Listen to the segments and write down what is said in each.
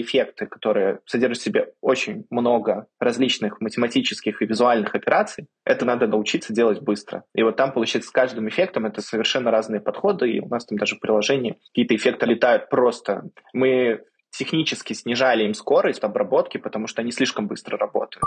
видеоэффекты, которые содержат в себе очень много различных математических и визуальных операций, это надо научиться делать быстро. И вот там, получается, с каждым эффектом это совершенно разные подходы, и у нас там даже в приложении какие-то эффекты летают просто. Мы технически снижали им скорость обработки, потому что они слишком быстро работают.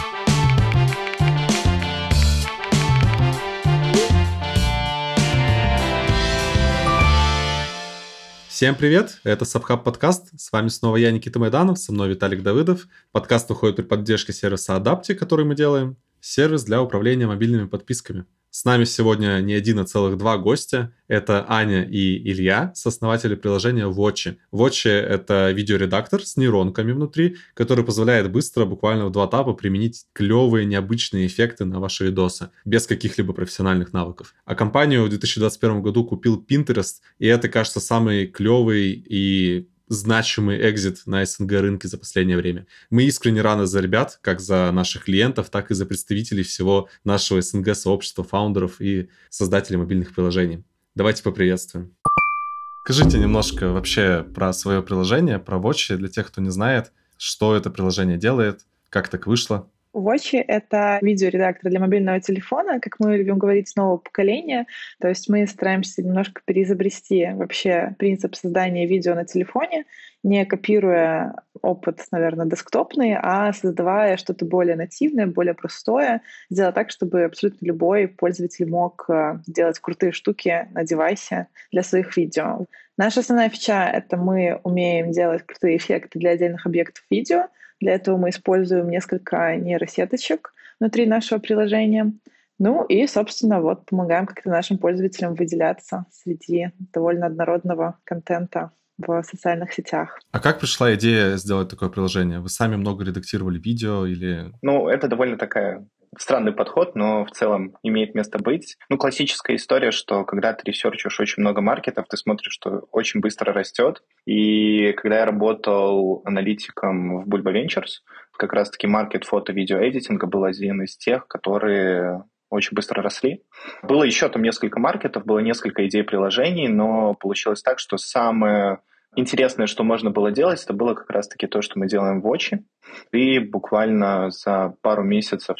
Всем привет, это Сабхаб подкаст, с вами снова я, Никита Майданов, со мной Виталик Давыдов. Подкаст выходит при поддержке сервиса Adapti, который мы делаем, сервис для управления мобильными подписками. С нами сегодня не один, а целых два гостя. Это Аня и Илья, сооснователи приложения Watchy. Watchy — это видеоредактор с нейронками внутри, который позволяет быстро, буквально в 2 тапа, применить клевые, необычные эффекты на ваши видосы, без каких-либо профессиональных навыков. А компанию в 2021 году купил Pinterest, и это, кажется, самый клевый и значимый экзит на СНГ рынке за последнее время. Мы искренне рады за ребят, как за наших клиентов, так и за представителей всего нашего СНГ-сообщества фаундеров и создателей мобильных приложений. Давайте поприветствуем. Скажите немножко вообще про свое приложение, про Watchy, для тех, кто не знает, что это приложение делает, как так вышло. Watchy — это видеоредактор для мобильного телефона, как мы любим говорить, с нового поколения. То есть мы стараемся немножко переизобрести вообще принцип создания видео на телефоне, не копируя опыт, наверное, десктопный, а создавая что-то более нативное, более простое, сделать так, чтобы абсолютно любой пользователь мог делать крутые штуки на девайсе для своих видео. Наша основная фича — это мы умеем делать крутые эффекты для отдельных объектов видео. Для этого мы используем несколько нейросеточек внутри нашего приложения. Ну и, собственно, вот помогаем как-то нашим пользователям выделяться среди довольно однородного контента в социальных сетях. А как пришла идея сделать такое приложение? Вы сами много редактировали видео или... Это довольно такая странный подход, но в целом имеет место быть. Классическая история, что когда ты ресерчишь очень много маркетов, ты смотришь, что очень быстро растет. И когда я работал аналитиком в Bulba Ventures, как раз-таки маркет фото-видео-эдитинга был один из тех, которые очень быстро росли. Было еще там несколько маркетов, было несколько идей приложений, но получилось так, что самое интересное, что можно было делать, это было как раз-таки то, что мы делаем в Watchy. И буквально за пару месяцев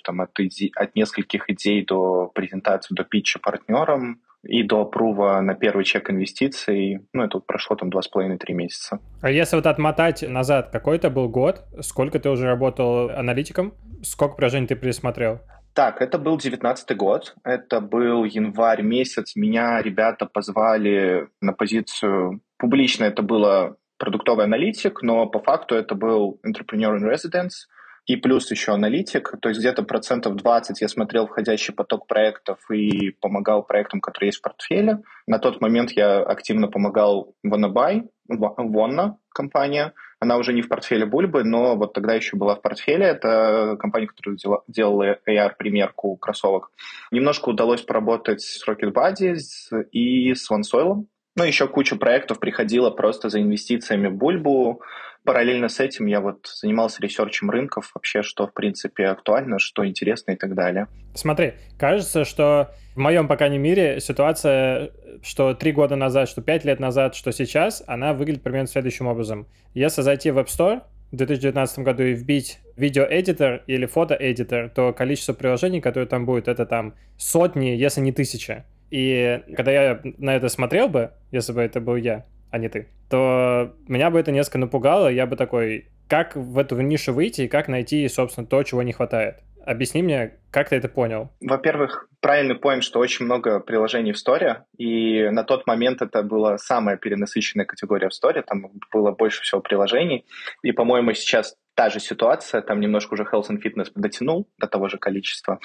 от нескольких идей до презентации, до питча партнерам и до апрува на первый чек инвестиций, это прошло 2,5-3 месяца. А если отмотать назад, какой это был год? Сколько ты уже работал аналитиком? Сколько приложений ты пересмотрел? Так, это был 19-й год, это был январь месяц. Меня ребята позвали на позицию, публично это было продуктовый аналитик, но по факту это был entrepreneur in residence и плюс еще аналитик, то есть где-то 20% я смотрел входящий поток проектов и помогал проектам, которые есть в портфеле. На тот момент я активно помогал Wannaby, Wanna компания. Она уже не в портфеле Бульбы, но вот тогда еще была в портфеле. Это компания, которая делала AR-примерку кроссовок. Немножко удалось поработать с Rocket Buddies и с OneSoil. Еще куча проектов приходила просто за инвестициями в Бульбу. Параллельно с этим я занимался ресерчем рынков, вообще, что, в принципе, актуально, что интересно и так далее. Смотри, кажется, что в моем, по крайней мере, ситуация, что 3 года назад, что 5 лет назад, что сейчас, она выглядит примерно следующим образом. Если зайти в App Store в 2019 году и вбить видеоэдитор или фотоэдитор, то количество приложений, которые там будет, это там сотни, если не тысячи. И когда я на это смотрел бы, если бы это был я, а не ты, то меня бы это несколько напугало. Я бы такой, как в эту нишу выйти и как найти, собственно, то, чего не хватает? Объясни мне, как ты это понял? Во-первых, правильный поинт, что очень много приложений в Store, и на тот момент это была самая перенасыщенная категория в Store, там было больше всего приложений, и, по-моему, сейчас та же ситуация, там немножко уже Health and Fitness дотянул до того же количества,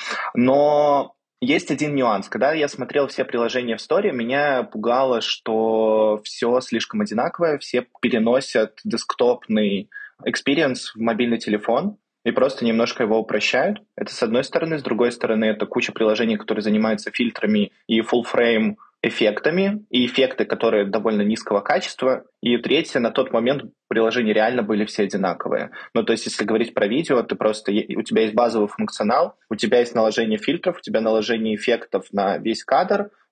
но есть один нюанс. Когда я смотрел все приложения в Store, меня пугало, что все слишком одинаковое, все переносят десктопный experience в мобильный телефон и просто немножко его упрощают. Это с одной стороны. С другой стороны, это куча приложений, которые занимаются фильтрами и full-frame эффектами, и эффекты, которые довольно низкого качества. И третье, на тот момент приложения реально были все одинаковые. То есть, если говорить про видео, у тебя есть базовый функционал, у тебя есть наложение фильтров, у тебя наложение эффектов на весь кадр,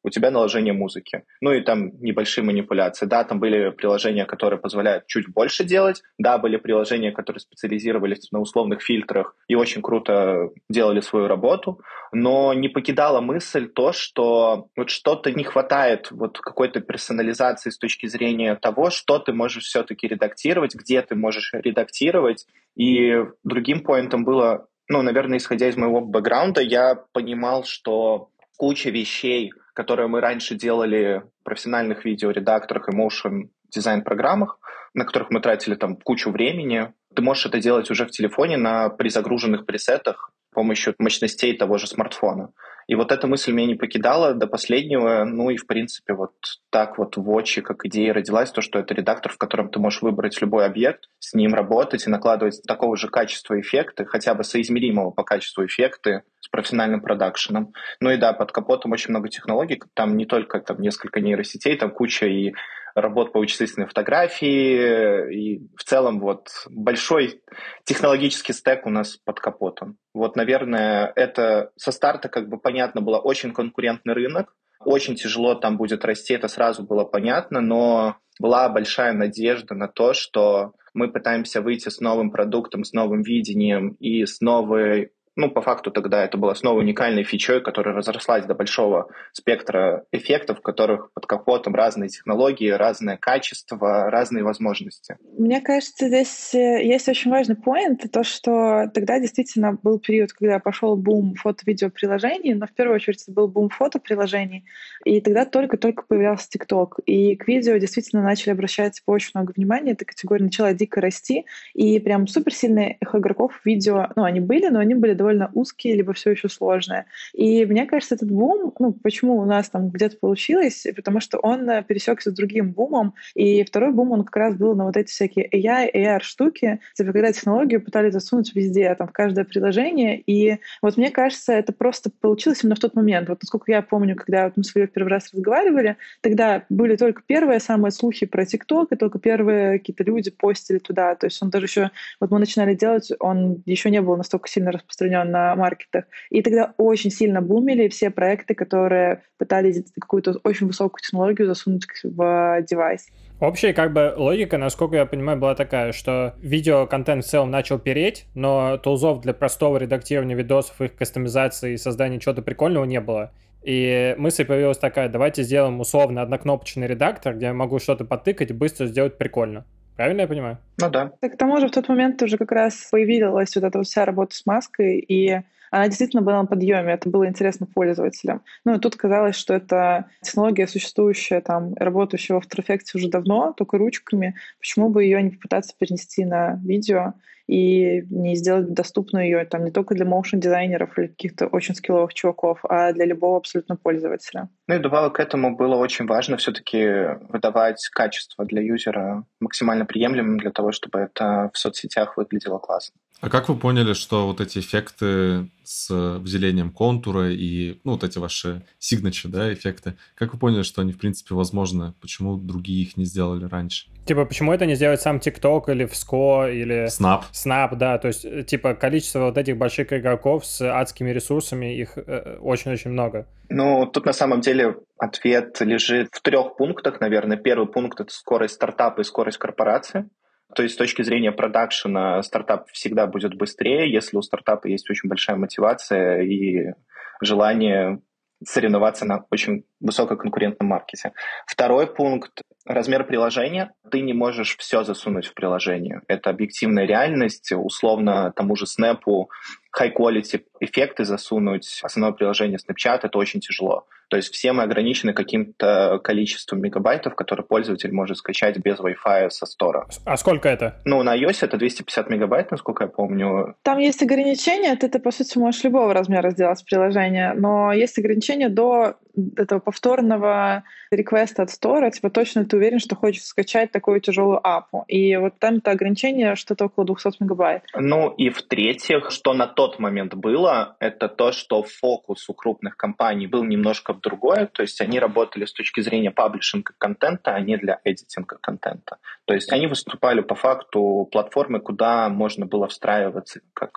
у тебя наложение музыки. Ну и там небольшие манипуляции. Да, там были приложения, которые позволяют чуть больше делать. Да, были приложения, которые специализировались на условных фильтрах и очень круто делали свою работу. Но не покидала мысль то, что вот что-то не хватает вот какой-то персонализации с точки зрения того, что ты можешь все-таки редактировать, где ты можешь редактировать. И другим поинтом было, наверное, исходя из моего бэкграунда, я понимал, что куча вещей, которые мы раньше делали в профессиональных видеоредакторах и motion дизайн-программах, на которых мы тратили там кучу времени, ты можешь это делать уже в телефоне на призагруженных пресетах с помощью мощностей того же смартфона. И вот эта мысль меня не покидала до последнего. Ну и, в принципе, вот так вот в Watch как идея родилась, то, что это редактор, в котором ты можешь выбрать любой объект, с ним работать и накладывать такого же качества эффекты, хотя бы соизмеримого по качеству эффекты с профессиональным продакшеном. Ну и да, под капотом очень много технологий. Там не только там несколько нейросетей, там куча и работ по вычислительной фотографии, и в целом вот большой технологический стек у нас под капотом. Вот, наверное, это со старта как бы понятно было, очень конкурентный рынок, очень тяжело там будет расти, это сразу было понятно, но была большая надежда на то, что мы пытаемся выйти с новым продуктом, с новым видением и с новой, по факту тогда это была снова уникальной фичой, которая разрослась до большого спектра эффектов, в которых под капотом разные технологии, разное качество, разные возможности. Мне кажется, здесь есть очень важный поинт, то, что тогда действительно был период, когда пошел бум фото-видео-приложений, но в первую очередь это был бум фото-приложений, и тогда только-только появлялся TikTok, и к видео действительно начали обращать очень много внимания, эта категория начала дико расти, и прям суперсильные игроков в видео, они были, но они были довольно узкие, либо все еще сложные. И мне кажется, этот бум, почему у нас там где-то получилось, потому что он пересекся с другим бумом, и второй бум, он как раз был на вот эти всякие AI, AR штуки, когда технологию пытались засунуть везде, там, в каждое приложение, и вот мне кажется, это просто получилось именно в тот момент. Вот насколько я помню, когда мы с Ильей первый раз разговаривали, тогда были только первые самые слухи про TikTok, и только первые какие-то люди постили туда, то есть он даже еще, вот мы начинали делать, он еще не был настолько сильно распространен на маркетах. И тогда очень сильно бумили все проекты, которые пытались какую-то очень высокую технологию засунуть в девайс. Общая логика, насколько я понимаю, была такая, что видеоконтент в целом начал переть, но тулзов для простого редактирования видосов, их кастомизации и создания чего-то прикольного не было. И мысль появилась такая: давайте сделаем условно однокнопочный редактор, где я могу что-то потыкать и быстро сделать прикольно. Правильно я понимаю? Ну да. Так к тому же в тот момент уже как раз появилась вот эта вся работа с маской, и она действительно была на подъеме, это было интересно пользователям. И тут казалось, что это технология, существующая, там, работающая в After Effects уже давно, только ручками. Почему бы ее не попытаться перенести на видео и не сделать доступную ее там не только для моушн-дизайнеров или каких-то очень скилловых чуваков, а для любого абсолютно пользователя. И добавок к этому было очень важно все-таки выдавать качество для юзера максимально приемлемым для того, чтобы это в соцсетях выглядело классно. А как вы поняли, что вот эти эффекты с выделением контура и, вот эти ваши signature, да, эффекты, как вы поняли, что они, в принципе, возможны? Почему другие их не сделали раньше? Почему это не сделать сам TikTok или Вско или... Snap, да, то есть, количество вот этих больших игроков с адскими ресурсами, их очень-очень много. Тут на самом деле ответ лежит в 3 пунктах, наверное. Первый пункт — это скорость стартапа и скорость корпорации. То есть с точки зрения продакшена стартап всегда будет быстрее, если у стартапа есть очень большая мотивация и желание соревноваться на очень высококонкурентном маркете. Второй пункт — размер приложения. Ты не можешь все засунуть в приложение. Это объективная реальность. Условно, тому же Снэпу high-quality эффекты засунуть, основное приложение Snapchat — это очень тяжело. То есть все мы ограничены каким-то количеством мегабайтов, которые пользователь может скачать без Wi-Fi со стора. А сколько это? На iOS это 250 мегабайт, насколько я помню. Там есть ограничения, ты, по сути, можешь любого размера сделать приложение, но есть ограничения до этого повторного реквеста от стора, точно ты уверен, что хочешь скачать такую тяжелую аппу. И вот там это ограничение что-то около 200 мегабайт. И в-третьих, что на тот момент было, это то, что фокус у крупных компаний был немножко в другое, то есть они работали с точки зрения паблишинга контента, а не для эдитинга контента. То есть они выступали по факту платформы, куда можно было встраиваться как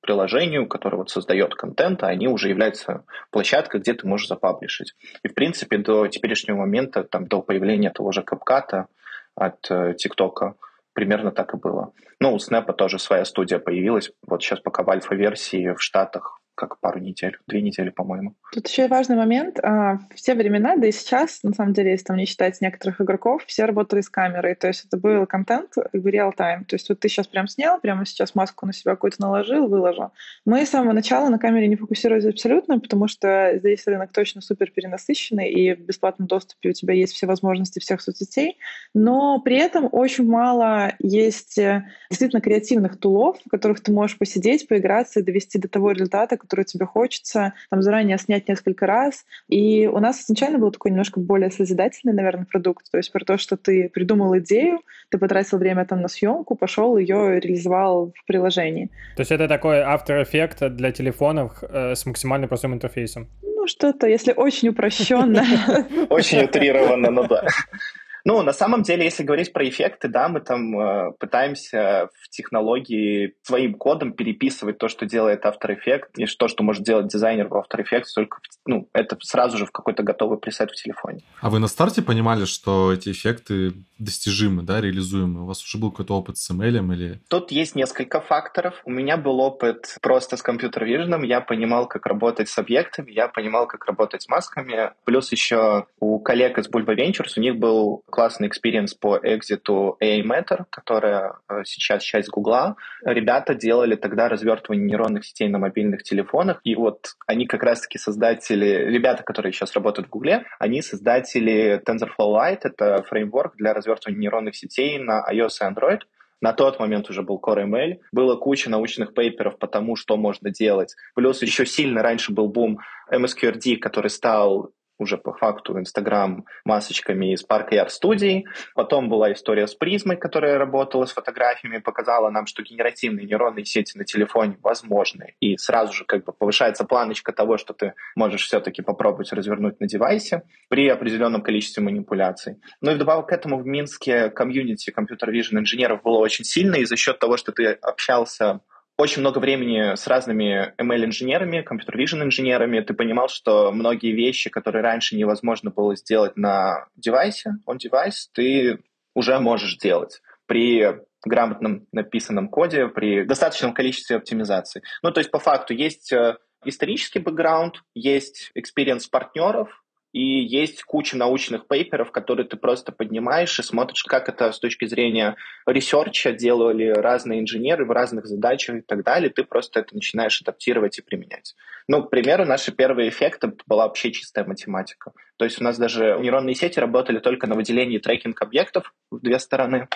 приложению, которое вот создает контент, а они уже являются площадкой, где ты можешь запаблишить. И, в принципе, до теперешнего момента, там, до появления того же CapCut от ТикТока, примерно так и было. Ну, у Снэпа тоже своя студия появилась. Вот сейчас пока в альфа-версии в Штатах как пару недель, 2 недели, по-моему. Тут еще и важный момент. В те времена, да и сейчас, на самом деле, если там не считать некоторых игроков, все работали с камерой. То есть это был контент как бы реал-тайм. То есть вот ты сейчас прям снял, прямо сейчас маску на себя какую-то наложил, выложил. Мы с самого начала на камере не фокусировались абсолютно, потому что здесь рынок точно супер перенасыщенный, и в бесплатном доступе у тебя есть все возможности всех соцсетей. Но при этом очень мало есть действительно креативных тулов, в которых ты можешь посидеть, поиграться и довести до того результата, который тебе хочется, там заранее снять несколько раз. И у нас изначально был такой немножко более созидательный, наверное, продукт. То есть про то, что ты придумал идею, ты потратил время там на съемку, пошел ее реализовал в приложении. То есть это такой After Effects для телефонов с максимально простым интерфейсом? Ну, что-то, если очень упрощенно. Очень утрированно, но да. Ну, на самом деле, если говорить про эффекты, да, мы там пытаемся в технологии своим кодом переписывать то, что делает After Effects, и то, что может делать дизайнер в After Effects, только это сразу же в какой-то готовый пресет в телефоне. А вы на старте понимали, что эти эффекты достижимы, да, реализуемы? У вас уже был какой-то опыт с ML или... Тут есть несколько факторов. У меня был опыт просто с компьютер-виженом. Я понимал, как работать с объектами, я понимал, как работать с масками. Плюс еще у коллег из Bulba Ventures у них был классный экспириенс по экзиту AI Matter, которая сейчас часть Гугла. Ребята делали тогда развертывание нейронных сетей на мобильных телефонах, и вот они как раз-таки создатели, ребята, которые сейчас работают в Гугле, они создатели TensorFlow Lite, это фреймворк для развертывания нейронных сетей на iOS и Android. На тот момент уже был Core ML, было куча научных пейперов по тому, что можно делать. Плюс еще сильно раньше был бум MSQRD, который стал уже по факту Instagram масочками из Spark AR студии. Потом была история с призмой, которая работала с фотографиями, показала нам, что генеративные нейронные сети на телефоне возможны. И сразу же как бы повышается планочка того, что ты можешь все-таки попробовать развернуть на девайсе при определенном количестве манипуляций. Ну и вдобавок к этому в Минске комьюнити компьютер-вижн инженеров было очень сильно, и за счет того, что ты общался очень много времени с разными ML-инженерами, компьютер-вижн-инженерами, ты понимал, что многие вещи, которые раньше невозможно было сделать на девайсе, on-device, ты уже можешь делать при грамотном написанном коде, при достаточном количестве оптимизаций. Ну, то есть, по факту, есть исторический бэкграунд, есть экспириенс партнеров, и есть куча научных пейперов, которые ты просто поднимаешь и смотришь, как это с точки зрения ресерча делали разные инженеры в разных задачах и так далее. Ты просто это начинаешь адаптировать и применять. Ну, к примеру, наши первые эффекты была вообще чистая математика. То есть у нас даже нейронные сети работали только на выделении трекинг-объектов в две стороны.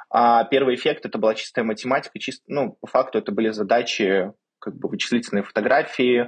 А первый эффект — это была чистая математика. По факту это были задачи как бы вычислительные фотографии,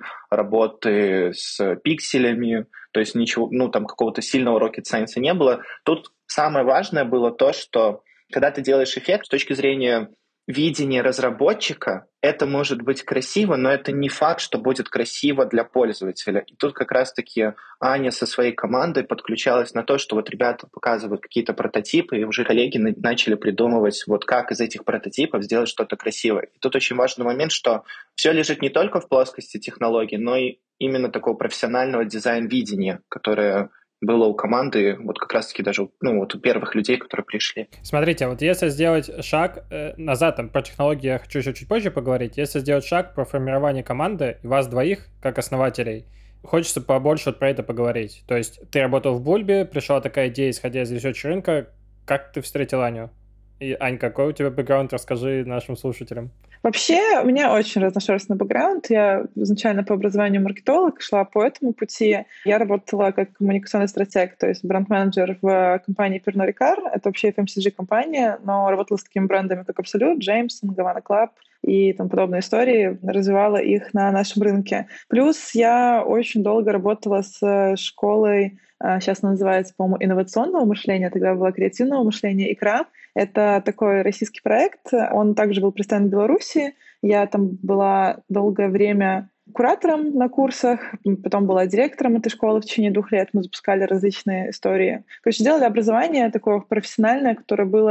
работы с пикселями, то есть ничего, там какого-то сильного rocket science не было. Тут самое важное было то, что когда ты делаешь эффект, с точки зрения видения разработчика, это может быть красиво, но это не факт, что будет красиво для пользователя. И тут как раз-таки Аня со своей командой подключалась на то, что вот ребята показывают какие-то прототипы, и уже коллеги начали придумывать, вот как из этих прототипов сделать что-то красивое. И тут очень важный момент, что все лежит не только в плоскости технологий, но и именно такого профессионального дизайн-видения, которое было у команды, вот как раз-таки даже у первых людей, которые пришли. Смотрите, вот если сделать шаг назад, там, про технологии я хочу еще чуть позже поговорить, если сделать шаг про формирование команды и вас двоих, как основателей, хочется побольше вот про это поговорить. То есть ты работал в Бульбе, пришла такая идея, исходя из ресерча рынка, как ты встретил Аню? И, Ань, какой у тебя бэкграунд, расскажи нашим слушателям. Вообще, у меня очень разношерстный бэкграунд. Я изначально по образованию маркетолог, шла по этому пути. Я работала как коммуникационный стратег, то есть бренд-менеджер в компании Pernod Ricard. Это вообще FMCG-компания, но работала с такими брендами, как Absolut, Jameson, Havana Club и тому подобные истории, развивала их на нашем рынке. Плюс я очень долго работала с школой, сейчас она называется, по-моему, инновационного мышления, тогда было креативного мышления, «Икра». Это такой российский проект, он также был представлен в Беларуси. Я там была долгое время куратором на курсах, потом была директором этой школы в течение 2 лет. Мы запускали различные истории. Короче, делали образование такое профессиональное, которое было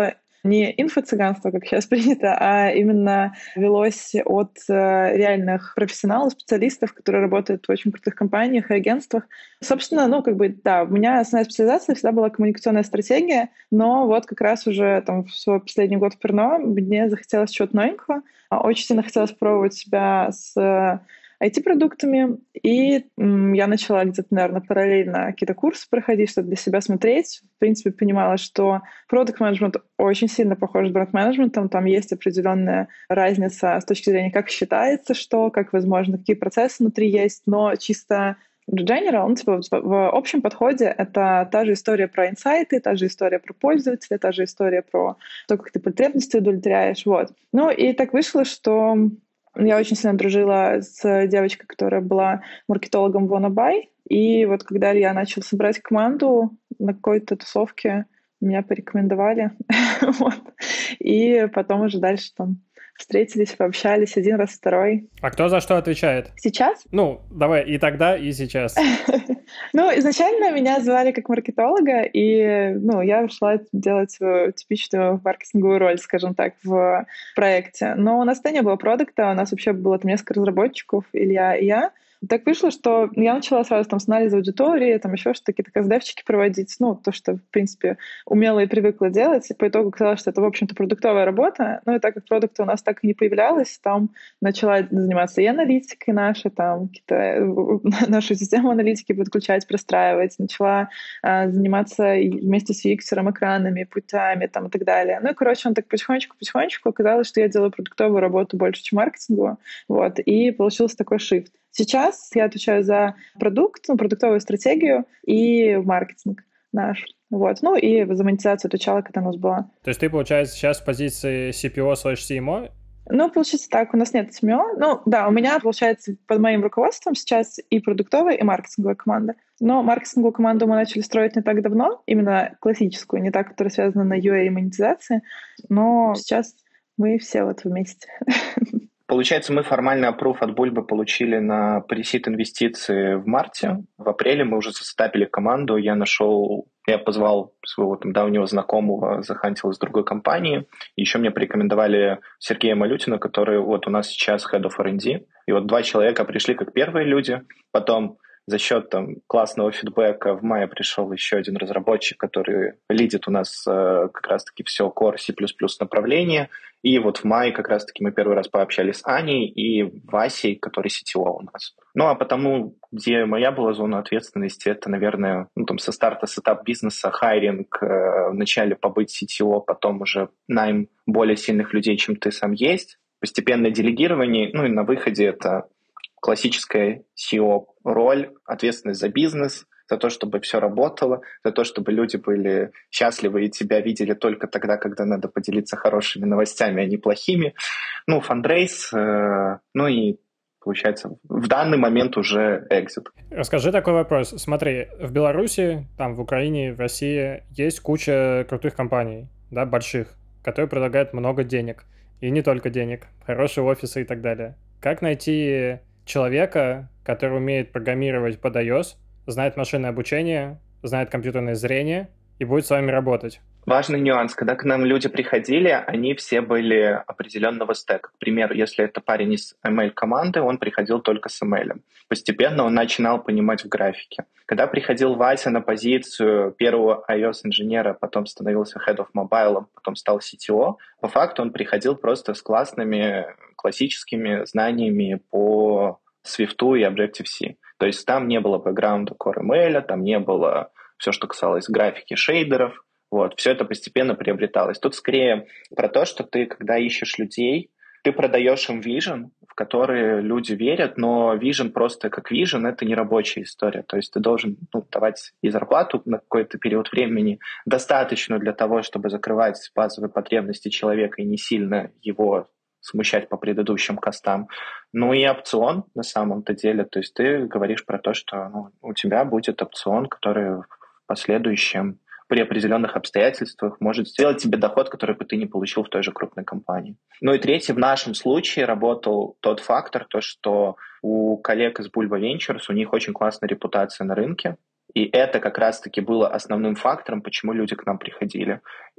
не инфо-цыганство, как сейчас принято, а именно велось от реальных профессионалов, специалистов, которые работают в очень крутых компаниях и агентствах. Собственно, да, у меня основная специализация всегда была коммуникационная стратегия, но вот как раз уже там в свой последний год в Перно мне захотелось чего-то новенького. Очень сильно хотелось пробовать себя с IT-продуктами, и я начала где-то, наверное, параллельно какие-то курсы проходить, чтобы для себя смотреть. В принципе, понимала, что продакт-менеджмент очень сильно похож с бренд-менеджментом, там есть определенная разница с точки зрения, как считается что, как возможно, какие процессы внутри есть, но чисто general, в общем подходе это та же история про инсайты, та же история про пользователя, та же история про то, как ты потребности удовлетворяешь. Вот. Ну и так вышло, что я очень сильно дружила с девочкой, которая была маркетологом в Wannaby. И вот когда я начал собирать команду на какой-то тусовке, меня порекомендовали. Вот. И потом уже дальше там встретились, пообщались один раз, второй. А кто за что отвечает? Сейчас? Давай и тогда, и сейчас. Изначально меня звали как маркетолога, и я ушла делать свою типичную маркетинговую роль, скажем так, в проекте. Но у нас-то не было продукта, у нас вообще было там несколько разработчиков, Илья и я. Так вышло, что я начала сразу там с анализа аудитории, там еще что-то, какие-то каздевчики проводить, то, что, в принципе, умела и привыкла делать. И по итогу оказалось, что это, в общем-то, продуктовая работа. И так как продукта у нас так и не появлялось, там начала заниматься и аналитикой нашей, там какие-то нашу систему аналитики подключать, простраивать. Начала заниматься вместе с UX-ером экранами, путями там, и так далее. Он так потихонечку оказалось, что я делаю продуктовую работу больше, чем маркетинговую. Вот. И получился такой shift. Сейчас я отвечаю за продуктовую стратегию и маркетинг наш. Вот. И за монетизацию отвечала, когда у нас была. То есть ты, получается, сейчас в позиции CPO/CMO? Получается так, у нас нет СМО. У меня, получается, под моим руководством сейчас и продуктовая, и маркетинговая команда. Но маркетинговую команду мы начали строить не так давно, именно классическую, не та, которая связана на UA и монетизации. Но сейчас мы все вот вместе. Получается, мы формально approve от Бульбы получили на пресид инвестиции в марте. В апреле мы уже застапили команду. Я позвал своего там давнего знакомого, захантил из другой компании. Еще мне порекомендовали Сергея Малютина, который вот у нас сейчас Head of R&D. И вот 2 человека пришли как первые люди. Потом за счет там классного фидбэка в мае пришел еще один разработчик, который лидит у нас как раз-таки все Core C++ направление. И вот в мае как раз-таки мы первый раз пообщались с Аней и Васей, который CTO у нас. А потому, где моя была зона ответственности, это, наверное, со старта сетап бизнеса, хайринг, вначале побыть CTO, потом уже найм более сильных людей, чем ты сам есть, постепенное делегирование, и на выходе это классическая CEO-роль, ответственность за бизнес, за то, чтобы все работало, за то, чтобы люди были счастливы и тебя видели только тогда, когда надо поделиться хорошими новостями, а не плохими. Фандрейс, и, получается, в данный момент уже экзит. Расскажи такой вопрос. Смотри, в Беларуси, там в Украине, в России есть куча крутых компаний, да, больших, которые предлагают много денег. И не только денег, хорошие офисы и так далее. Как найти человека, который умеет программировать под iOS, знает машинное обучение, знает компьютерное зрение и будет с вами работать? Важный нюанс. Когда к нам люди приходили, они все были определенного стека. К примеру, если это парень из ML-команды, он приходил только с ML. Постепенно он начинал понимать в графике. Когда приходил Вася на позицию первого iOS-инженера, потом становился Head of Mobile, потом стал CTO, по факту он приходил просто с классными классическими знаниями по Swift и Objective-C. То есть там не было бэкграунда Core ML, там не было все, что касалось графики, шейдеров. Вот, все это постепенно приобреталось. Тут скорее про то, что ты, когда ищешь людей, ты продаешь им vision, в который люди верят, но vision просто как vision — это не рабочая история. То есть ты должен давать и зарплату на какой-то период времени, достаточную для того, чтобы закрывать базовые потребности человека и не сильно его смущать по предыдущим костам. И опцион на самом-то деле. То есть ты говоришь про то, что у тебя будет опцион, который в последующем при определенных обстоятельствах может сделать тебе доход, который бы ты не получил в той же крупной компании. И третий, в нашем случае работал тот фактор, то, что у коллег из Bulba Ventures, у них очень классная репутация на рынке, И это как раз-таки было основным фактором, почему люди к нам приходили.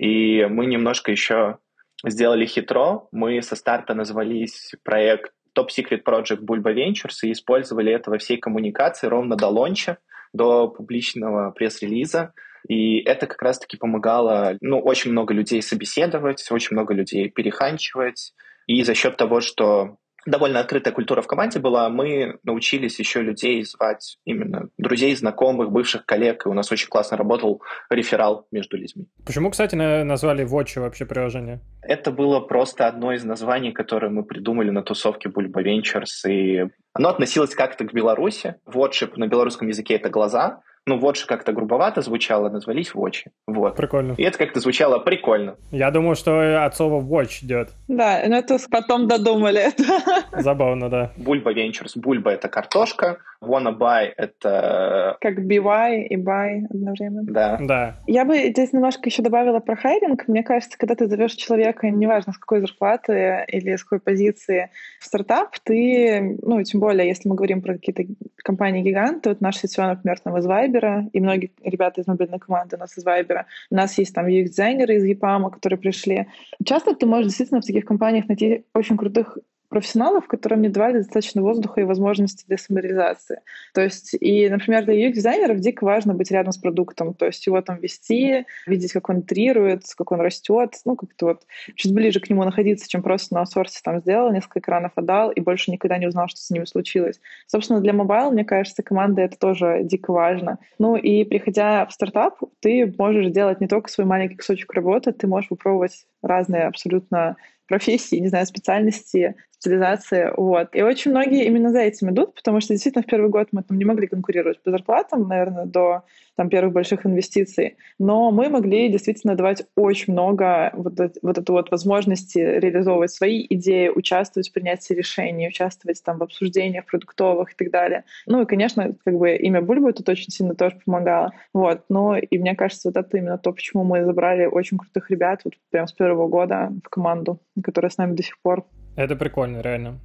И мы немножко еще сделали хитро. Мы со старта назвались проект Top Secret Project Bulba Ventures и использовали это во всей коммуникации ровно до лонча, до публичного пресс-релиза. И это как раз-таки помогало очень много людей собеседовать, очень много людей переханчивать. И за счет того, что довольно открытая культура в команде была, мы научились еще людей звать именно друзей, знакомых, бывших коллег, и у нас очень классно работал реферал между людьми. Почему, кстати, назвали Watch вообще приложение? Это было просто одно из названий, которое мы придумали на тусовке Bulba Ventures, и оно относилось как-то к Беларуси. Watch на белорусском языке — это глаза. Watch как-то грубовато звучало, назвались Watch. Вот. Прикольно. И это как-то звучало прикольно. Я думал, что от слова Watch идет. Да, но это потом додумали это. Забавно, да. Bulba Ventures. Bulba — это картошка, Wanna Buy — это... Как BY и Buy одновременно. Да. Я бы здесь немножко еще добавила про хайринг. Мне кажется, когда ты зовешь человека, неважно, с какой зарплаты или с какой позиции в стартап, ты, тем более, если мы говорим про какие-то компании-гиганты, вот наш сетевой, например, там из Viber, и многие ребята из мобильной команды у нас из Viber, у нас есть там UX-дизайнеры из EPAM, которые пришли. Часто ты можешь действительно в таких компаниях найти очень крутых профессионалов, которым не давали достаточно воздуха и возможности для самореализации. То есть, и, например, для UX-дизайнеров дико важно быть рядом с продуктом, то есть его там вести, видеть, как он итерирует, как он растет, как-то вот чуть ближе к нему находиться, чем просто на аутсорсе там сделал, несколько экранов отдал и больше никогда не узнал, что с ними случилось. Собственно, для мобайл, мне кажется, команда — это тоже дико важно. И приходя в стартап, ты можешь делать не только свой маленький кусочек работы, ты можешь попробовать разные абсолютно профессии, не знаю, специальности, специализации. Вот. И очень многие именно за этим идут, потому что действительно в первый год мы там не могли конкурировать по зарплатам, наверное, до первых больших инвестиций, но мы могли действительно давать очень много вот эту вот возможности реализовывать свои идеи, участвовать в принятии решений, участвовать в обсуждениях продуктовых и так далее. И, конечно, имя Бульба тут очень сильно тоже помогало. Вот. И мне кажется, вот это именно то, почему мы забрали очень крутых ребят вот прям с первого года в команду, которая с нами до сих пор. Это прикольно, реально.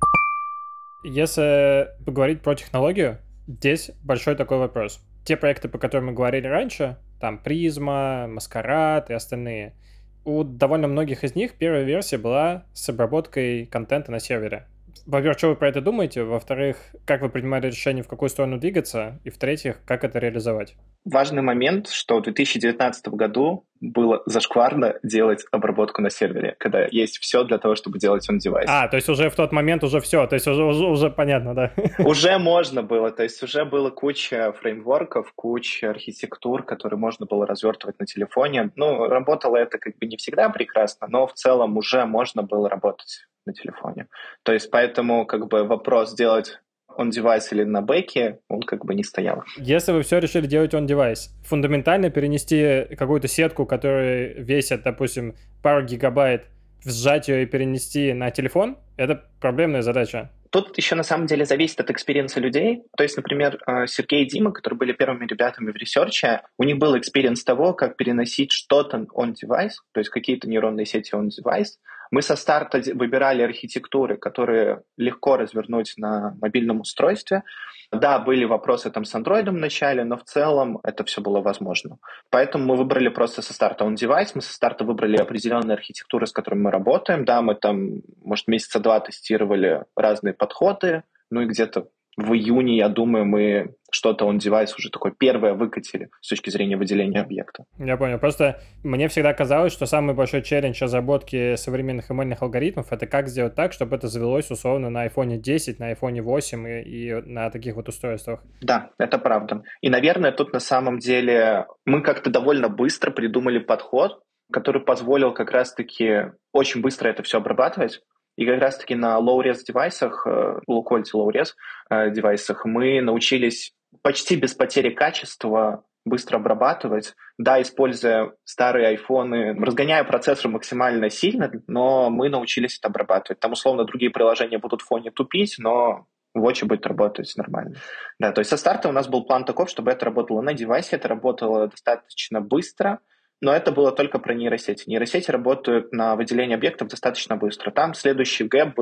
Если поговорить про технологию, здесь большой такой вопрос. Те проекты, по которым мы говорили раньше, там Призма, Маскарад и остальные, у довольно многих из них первая версия была с обработкой контента на сервере. Во-первых, что вы про это думаете? Во-вторых, как вы принимали решение, в какую сторону двигаться? И в-третьих, как это реализовать? Важный момент, что в 2019 году было зашкварно делать обработку на сервере, когда есть все для того, чтобы делать on-device. То есть уже в тот момент уже все, то есть уже понятно, да? Уже можно было, то есть уже было куча фреймворков, куча архитектур, которые можно было развертывать на телефоне. Работало это не всегда прекрасно, но в целом уже можно было работать на телефоне. То есть поэтому вопрос сделать on-device или на бэке, он не стоял. Если вы все решили делать on-device, фундаментально перенести какую-то сетку, которая весит, допустим, пару гигабайт, сжать ее и перенести на телефон, это проблемная задача. Тут еще на самом деле зависит от экспириенса людей. То есть, например, Сергей и Дима, которые были первыми ребятами в ресерче, у них был экспириенс того, как переносить что-то on-device, то есть какие-то нейронные сети on-device. Мы со старта выбирали архитектуры, которые легко развернуть на мобильном устройстве. Да, были вопросы с Android в начале, но в целом это все было возможно. Поэтому мы выбрали просто со старта on-device, мы со старта выбрали определенные архитектуры, с которыми мы работаем. Да, мы может, месяца 2 тестировали разные подходы, и где-то в июне, я думаю, мы что-то on-device уже такое первое выкатили с точки зрения выделения объекта. Я понял. Просто мне всегда казалось, что самый большой челлендж разработки современных ML алгоритмов — это как сделать так, чтобы это завелось условно на iPhone 10, на iPhone 8 и на таких вот устройствах. Да, это правда. И, наверное, тут на самом деле мы как-то довольно быстро придумали подход, который позволил как раз-таки очень быстро это все обрабатывать. И как раз-таки на low-res девайсах, low-quality low-res девайсах мы научились почти без потери качества быстро обрабатывать, да, используя старые айфоны, разгоняя процессор максимально сильно, но мы научились это обрабатывать. Там, условно, другие приложения будут в фоне тупить, но Watch будет работать нормально. Да, то есть со старта у нас был план такой, чтобы это работало на девайсе, это работало достаточно быстро, но это было только про нейросети. Нейросети работают на выделение объектов достаточно быстро. Там следующий гэп был,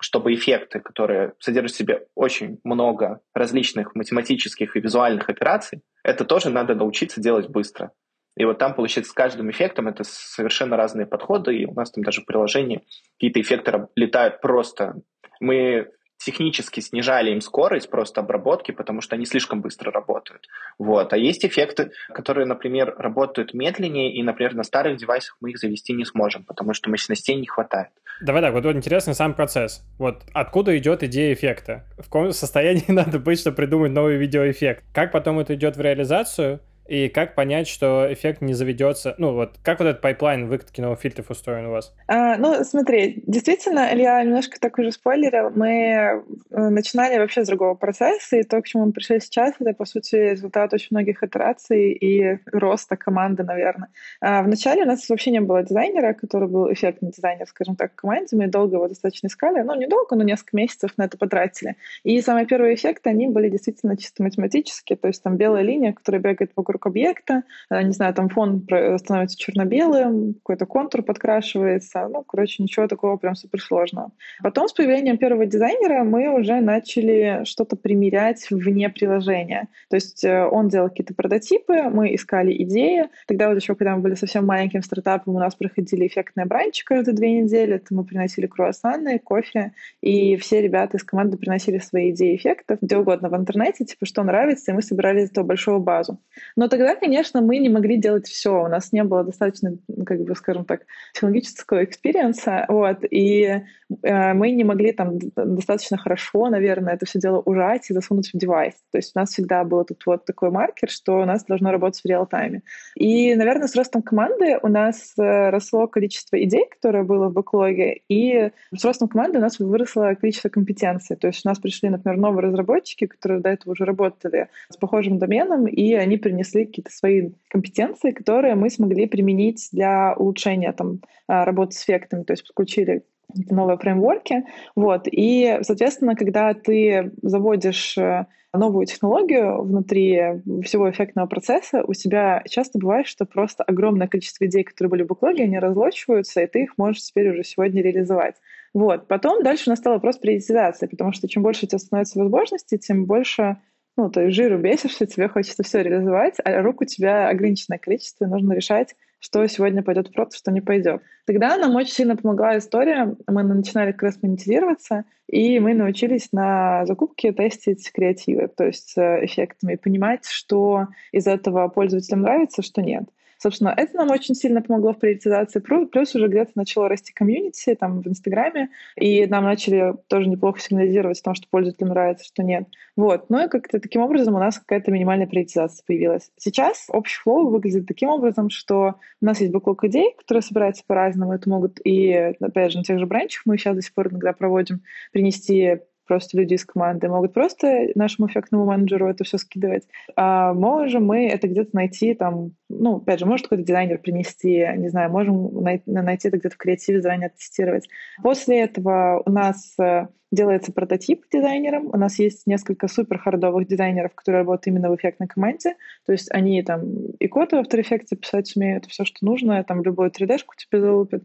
чтобы эффекты, которые содержат в себе очень много различных математических и визуальных операций, это тоже надо научиться делать быстро. И вот там, получается, с каждым эффектом это совершенно разные подходы, и у нас там даже в приложении какие-то эффекты летают просто. Мы технически снижали им скорость просто обработки, потому что они слишком быстро работают. Вот. А есть эффекты, которые, например, работают медленнее, и, например, на старых девайсах мы их завести не сможем, потому что мощностей не хватает. Давай так, вот интересный сам процесс. Вот откуда идет идея эффекта? В каком состоянии надо быть, чтобы придумать новый видеоэффект? Как потом это идет в реализацию? И как понять, что эффект не заведется? Ну вот, как вот этот пайплайн выкатки новых фильтров устроен у вас? Смотри, действительно, Илья немножко так уже спойлерил. Мы начинали вообще с другого процесса, и то, к чему мы пришли сейчас, это, по сути, результат очень многих итераций и роста команды, наверное. Вначале у нас вообще не было дизайнера, который был эффектный дизайнер, скажем так, в команде. Мы долго его достаточно искали. Ну, недолго, но несколько месяцев на это потратили. И самые первые эффекты, они были действительно чисто математические, то есть там белая линия, которая бегает вокруг объекта, не знаю, там фон становится черно-белым, какой-то контур подкрашивается, ничего такого прям суперсложного. Потом с появлением первого дизайнера мы уже начали что-то примерять вне приложения. То есть он делал какие-то прототипы, мы искали идеи. Тогда вот еще, когда мы были совсем маленьким стартапом, у нас проходили эффектные бранчи каждые 2 недели, это мы приносили круассаны, кофе, и все ребята из команды приносили свои идеи эффектов, где угодно в интернете, типа, что нравится, и мы собирали из этого большую базу. Но тогда, конечно, мы не могли делать все. У нас не было достаточно, скажем так, технологического экспириенса, и мы не могли там достаточно хорошо, наверное, это все дело ужать и засунуть в девайс. То есть у нас всегда был тут вот такой маркер, что у нас должно работать в реал-тайме. И, наверное, с ростом команды у нас росло количество идей, которое было в бэклоге, и с ростом команды у нас выросло количество компетенций. То есть у нас пришли, например, новые разработчики, которые до этого уже работали с похожим доменом, и они принесли какие-то свои компетенции, которые мы смогли применить для улучшения работы с эффектами, то есть подключили новые фреймворки. И, соответственно, когда ты заводишь новую технологию внутри всего эффектного процесса, у тебя часто бывает, что просто огромное количество идей, которые были в бэклоге, они разлочиваются, и ты их можешь теперь уже сегодня реализовать. Потом дальше настал вопрос приоритизации, потому что чем больше у тебя становится возможностей, тем больше ты жиру бесишься, тебе хочется все реализовать, а рук у тебя ограниченное количество, и нужно решать, что сегодня пойдет в прод, что не пойдет. Тогда нам очень сильно помогла история. Мы начинали как раз монетизироваться, и мы научились на закупке тестить креативы, то есть эффектами, и понимать, что из этого пользователям нравится, что нет. Собственно, это нам очень сильно помогло в приоритизации. Плюс уже где-то начало расти комьюнити там в Инстаграме, и нам начали тоже неплохо сигнализировать о том, что пользователям нравится, что нет. И как-то таким образом у нас какая-то минимальная приоритизация появилась. Сейчас общий флоу выглядит таким образом, что у нас есть бэклог идей, которые собираются по-разному. Это могут и, опять же, на тех же бранчах мы сейчас до сих пор иногда проводим, принести просто люди из команды могут просто нашему эффектному менеджеру это все скидывать. А можем мы это где-то найти опять же, может какой-то дизайнер принести, не знаю, можем найти это где-то в креативе, заранее оттестировать. После этого у нас делается прототип дизайнером. У нас есть несколько супер хардовых дизайнеров, которые работают именно в эффектной команде. То есть они и код в After Effects писать умеют, все, что нужно, любую 3D-шку тебе залупят.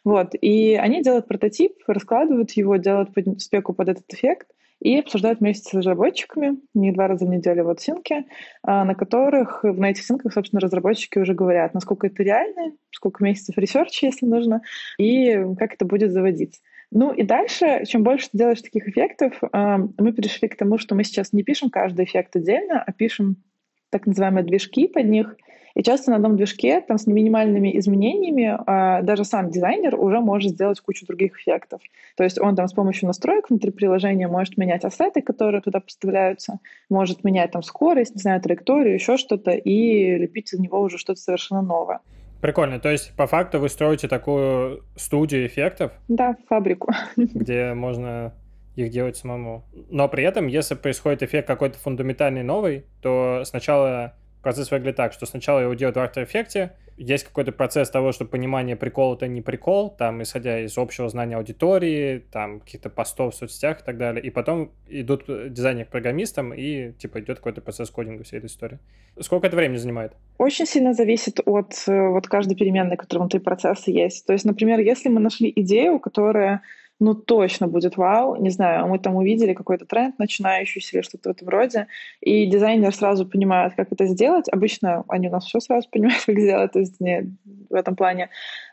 И они делают прототип, раскладывают его, делают спеку под этот эффект и обсуждают вместе с разработчиками, не 2 раза в неделю синки, на этих синках, собственно, разработчики уже говорят, насколько это реально, сколько месяцев ресерча, если нужно, и как это будет заводиться. И дальше, чем больше ты делаешь таких эффектов, мы перешли к тому, что мы сейчас не пишем каждый эффект отдельно, а пишем так называемые движки под них. И часто на одном движке с минимальными изменениями даже сам дизайнер уже может сделать кучу других эффектов. То есть он с помощью настроек внутри приложения может менять ассеты, которые туда поставляются, может менять скорость, не знаю, траекторию, еще что-то, и лепить из него уже что-то совершенно новое. Прикольно. То есть, по факту, вы строите такую студию эффектов? Да, фабрику. Где можно их делать самому. Но при этом, если происходит эффект какой-то фундаментальный новый, то сначала процесс выглядит так, что сначала его делают в After Effects, есть какой-то процесс того, что понимание прикол — это не прикол, исходя из общего знания аудитории, каких-то постов в соцсетях и так далее, и потом идут дизайнеры к программистам, и идет какой-то процесс кодинга всей этой истории. Сколько это времени занимает? Очень сильно зависит от каждой переменной, которая внутри процесса есть. То есть, например, если мы нашли идею, которая ну, точно будет вау. Не знаю, мы там увидели какой-то тренд начинающийся или что-то в этом роде, и дизайнер сразу понимает, как это сделать. Обычно они у нас все сразу понимают, как сделать, то есть не, в этом плане,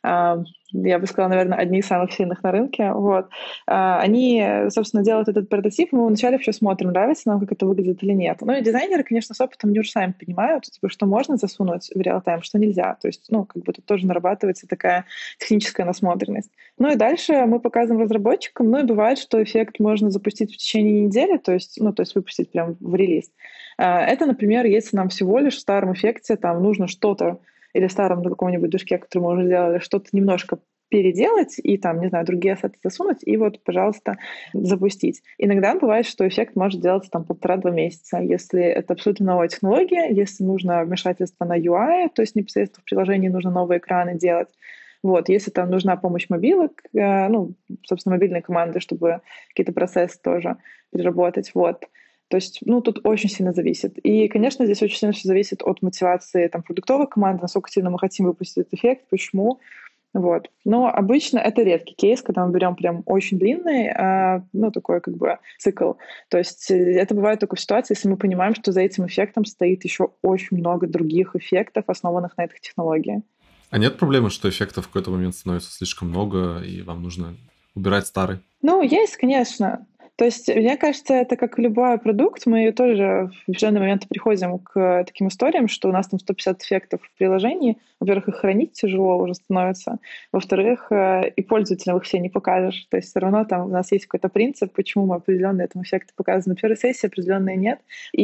я бы сказала, наверное, одни из самых сильных на рынке. Вот. Они, собственно, делают этот прототип, и мы вначале все смотрим, нравится нам, как это выглядит или нет. Ну и дизайнеры, конечно, с опытом не уж сами понимают, типа, что можно засунуть в реал-тайм, что нельзя. То есть, ну, как бы тут тоже нарабатывается такая техническая насмотренность. Ну и дальше мы показываем разработчикам, ну и бывает, что эффект можно запустить в течение недели, то есть выпустить прям в релиз. Это, например, если нам всего лишь в старом эффекте там нужно что-то или в старом на каком-нибудь движке, который мы уже сделали, что-то немножко переделать и там, не знаю, другие ассеты засунуть и вот, пожалуйста, запустить. Иногда бывает, что эффект может делаться там 1,5-2 месяца. Если это абсолютно новая технология, если нужно вмешательство на UI, то есть непосредственно в приложении нужно новые экраны делать. Вот, если там нужна помощь мобилок, ну, собственно, мобильной команды, чтобы какие-то процессы тоже переработать, вот. То есть, ну, тут очень сильно зависит. И, конечно, здесь очень сильно все зависит от мотивации там, продуктовой команды, насколько сильно мы хотим выпустить этот эффект, почему. Вот. Но обычно это редкий кейс, когда мы берем прям очень длинный, ну, такой как бы цикл. То есть это бывает только в ситуации, если мы понимаем, что за этим эффектом стоит еще очень много других эффектов, основанных на этой технологии. А нет проблемы, что эффектов в какой-то момент становится слишком много, и вам нужно убирать старый? Ну, есть, конечно. То есть, мне кажется, это как любой продукт, мы тоже в определенный момент приходим к таким историям, что у нас там 150 эффектов в приложении. Во-первых, их хранить тяжело уже становится. Во-вторых, и пользователям их все не покажешь. То есть все равно там у нас есть какой-то принцип, почему мы определенные там эффекты показываем на первой сессии, определенные нет.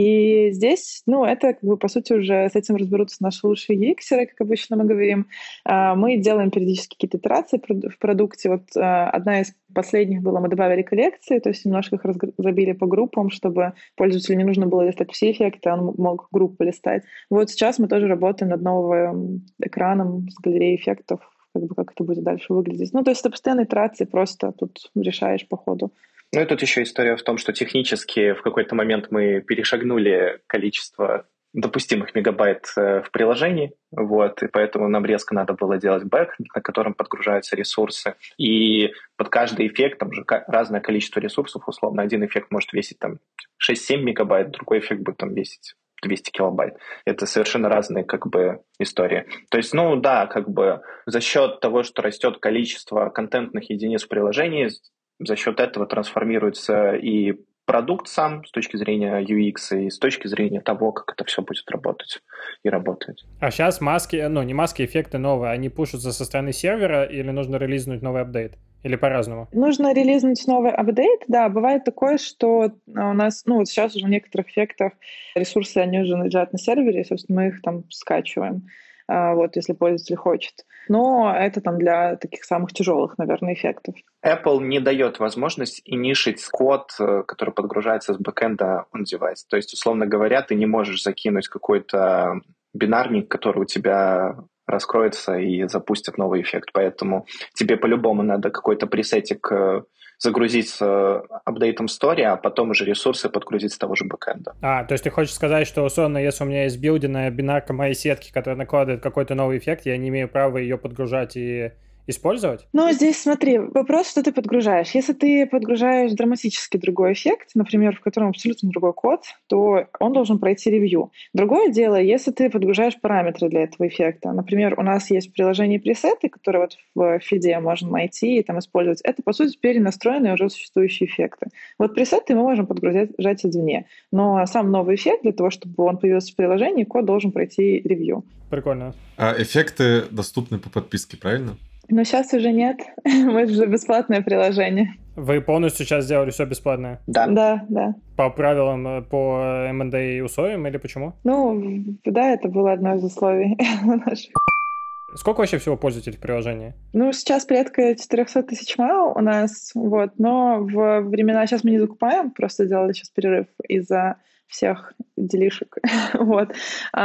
И здесь, ну, это как бы, по сути, уже с этим разберутся наши лучшие UX-еры, как обычно мы говорим. Мы делаем периодически какие-то итерации в продукте. Вот одна из последних была, мы добавили коллекции, то есть немножко их разобили по группам, чтобы пользователю не нужно было листать все эффекты, он мог группы листать. Вот сейчас мы тоже работаем над новым экраном с галереей эффектов, как бы как это будет дальше выглядеть. Ну, то есть это постоянные итерации, просто тут решаешь по ходу. Ну и тут еще история в том, что технически в какой-то момент мы перешагнули количество допустимых мегабайт в приложении, вот, и поэтому нам резко надо было делать бэк, на котором подгружаются ресурсы, и под каждый эффект там же разное количество ресурсов, условно, один эффект может весить там 6-7 мегабайт, другой эффект будет там весить 200 килобайт. Это совершенно разные как бы истории. То есть, ну да, как бы за счет того, что растет количество контентных единиц в приложении, за счет этого трансформируется и продукт сам с точки зрения UX и с точки зрения того, как это все будет работать и работает. А сейчас маски, ну не маски, эффекты новые, они пушатся со стороны сервера или нужно релизнуть новый апдейт? Или по-разному? Нужно релизнуть новый апдейт, да. Бывает такое, что у нас, ну вот сейчас уже в некоторых эффектах ресурсы, они уже лежат на сервере, и, собственно, мы их там скачиваем, вот, если пользователь хочет. Но это там для таких самых тяжелых, наверное, эффектов. Apple не дает возможность инишить код, который подгружается с бэкэнда on device. То есть, условно говоря, ты не можешь закинуть какой-то бинарник, который у тебя раскроется и запустит новый эффект. Поэтому тебе по-любому надо какой-то пресетик загрузить с апдейтом story, а потом уже ресурсы подгрузить с того же бэкэнда. То есть ты хочешь сказать, что, условно, если у меня есть билденная бинарка моей сетки, которая накладывает какой-то новый эффект, я не имею права ее подгружать и использовать? Ну, здесь смотри, вопрос, что ты подгружаешь. Если ты подгружаешь драматически другой эффект, например, в котором абсолютно другой код, то он должен пройти ревью. Другое дело, если ты подгружаешь параметры для этого эффекта. Например, у нас есть в приложении пресеты, которые вот в фиде можно найти и там использовать. Это, по сути, перенастроенные уже существующие эффекты. Вот пресеты мы можем подгружать извне. Но сам новый эффект, для того, чтобы он появился в приложении, код должен пройти ревью. Прикольно. А эффекты доступны по подписке, правильно? Но сейчас уже нет. Мы же бесплатное приложение. Вы полностью сейчас сделали все бесплатное? Да. По правилам, по M&A условиям или почему? Ну, да, это было одно из условий наших. Сколько вообще всего пользователей в приложении? Ну, сейчас порядка 400 тысяч MAU у нас, вот, но в времена... Сейчас мы не закупаем, просто сделали сейчас перерыв из-за всех делишек, вот.